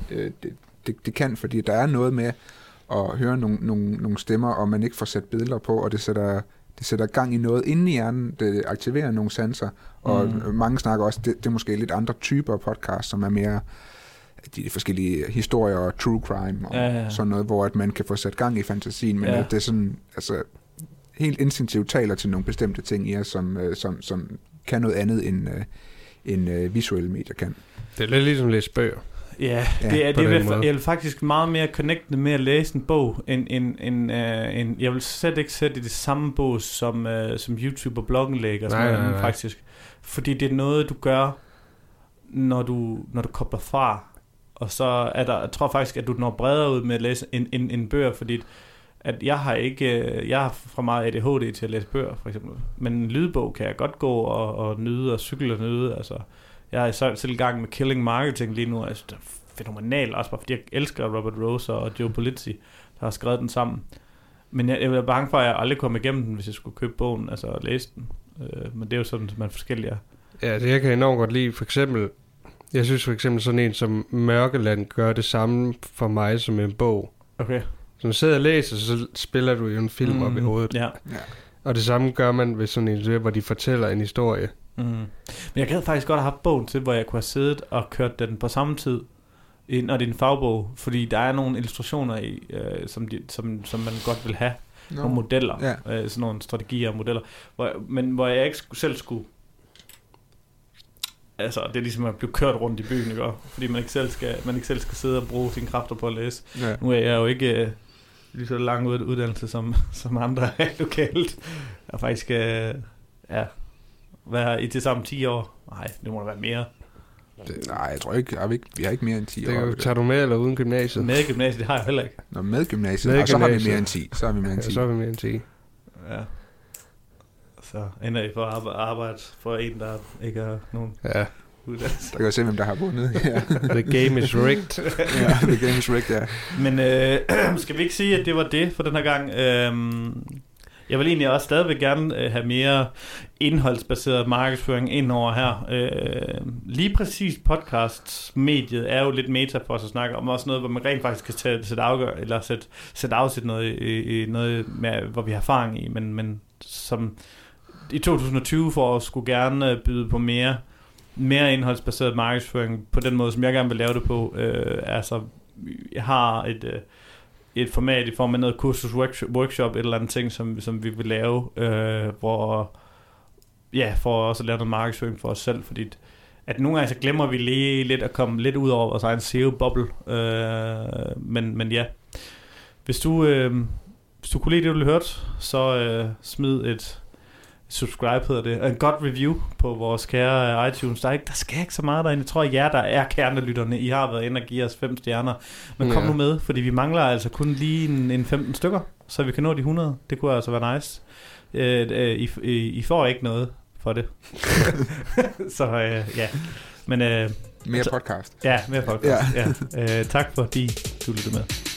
Det kan, fordi der er noget med at høre nogle stemmer, og man ikke får sat billeder på, og det sætter gang i noget inde i hjernen, det aktiverer nogle sanser, og mange snakker også, det er måske lidt andre typer podcast, som er mere de forskellige historier og true crime og sådan noget, hvor at man kan få sat gang i fantasien, men det er sådan, altså helt instinktivt taler til nogle bestemte ting i os, som kan noget andet end visuelle medier kan. Det er lidt ligesom at læse bøger. Ja, jeg vil faktisk meget mere connecte med at læse en bog, end jeg vil slet ikke sætte i det samme bog, som YouTube og bloggen lægger, nej. Faktisk. Fordi det er noget, du gør, når du kobler fra, og så er der, jeg tror faktisk, at du når bredere ud med at læse en bøger, fordi at jeg har fra meget ADHD til at læse bøger, for eksempel. Men en lydbog kan jeg godt gå og nyde, og cykle og nyde, altså. Jeg er selv i gang med Killing Marketing lige nu, altså det er fænomenalt, også bare fordi jeg elsker Robert Rose og Joe Polizzi, der har skrevet den sammen. Men jeg var bange for, at jeg aldrig kom igennem den, hvis jeg skulle købe bogen, altså læse den. Men det er jo sådan, at man er forskellige. Ja, det jeg kan enormt godt lide, for eksempel, jeg synes for eksempel sådan en som Mørkeland gør det samme for mig som en bog. Okay. Så når du sidder og læser, så spiller du jo en film op i hovedet. Ja. Og det samme gør man ved sådan en, hvor de fortæller en historie. Men jeg gad faktisk godt have haft bogen til, hvor jeg kunne have siddet og kørt den på samme tid, når det er en fagbog, fordi der er nogle illustrationer i, som man godt vil have, nogle modeller, sådan nogle strategier og modeller, hvor jeg ikke selv skulle, altså det er ligesom at blive kørt rundt i byen, ikke? Fordi man ikke selv skal sidde og bruge sine kræfter på at læse. Ja. Nu er jeg jo ikke lige så lang uddannelse som andre lokalt. Jeg er faktisk hvad har I til sammen 10 år? Nej, det må da være mere. Nej, jeg tror ikke, vi har ikke mere end 10 år. Tager du med eller uden gymnasiet? Med gymnasiet, det har jeg heller ikke. Nå, med gymnasiet, og så har vi mere end 10. Så har vi mere end 10. Ja. Så ender I for at arbejde for en, der ikke har nogen uddannelse. Der kan jo se, hvem der har vundet. Ja. The game is rigged. Ja, the game is rigged, ja. Men skal vi ikke sige, at det var det for den her gang? Jeg vil egentlig også stadigvæk gerne have mere indholdsbaseret markedsføring ind over her. Lige præcis podcast-mediet er jo lidt meta for os at snakke om, også noget, hvor man rent faktisk kan sætte afsæt noget i noget, med, hvor vi har erfaring i, men som i 2020 for os skulle gerne byde på mere indholdsbaseret markedsføring på den måde, som jeg gerne vil lave det på. Altså, jeg har et format i form af noget kursus workshop, et eller andet ting, som vi vil lave, hvor for også at lave noget markedsføring for os selv, fordi at nogle gange så glemmer vi lige lidt at komme lidt ud over vores egen SEO-boble, men ja, hvis du kunne lide det, du hørte, så smid et subscribe, hedder det, og en godt review på vores kære iTunes. Der skal ikke så meget derinde. Jeg tror, at jer, der er kernelytterne, I har været inde og give os 5 stjerner. Men kom nu med, fordi vi mangler altså kun lige en 15 stykker, så vi kan nå de 100. Det kunne altså være nice. I får ikke noget for det. Så ja. Men, mere podcast. Ja, mere podcast. Ja. Tak fordi du lyttede med.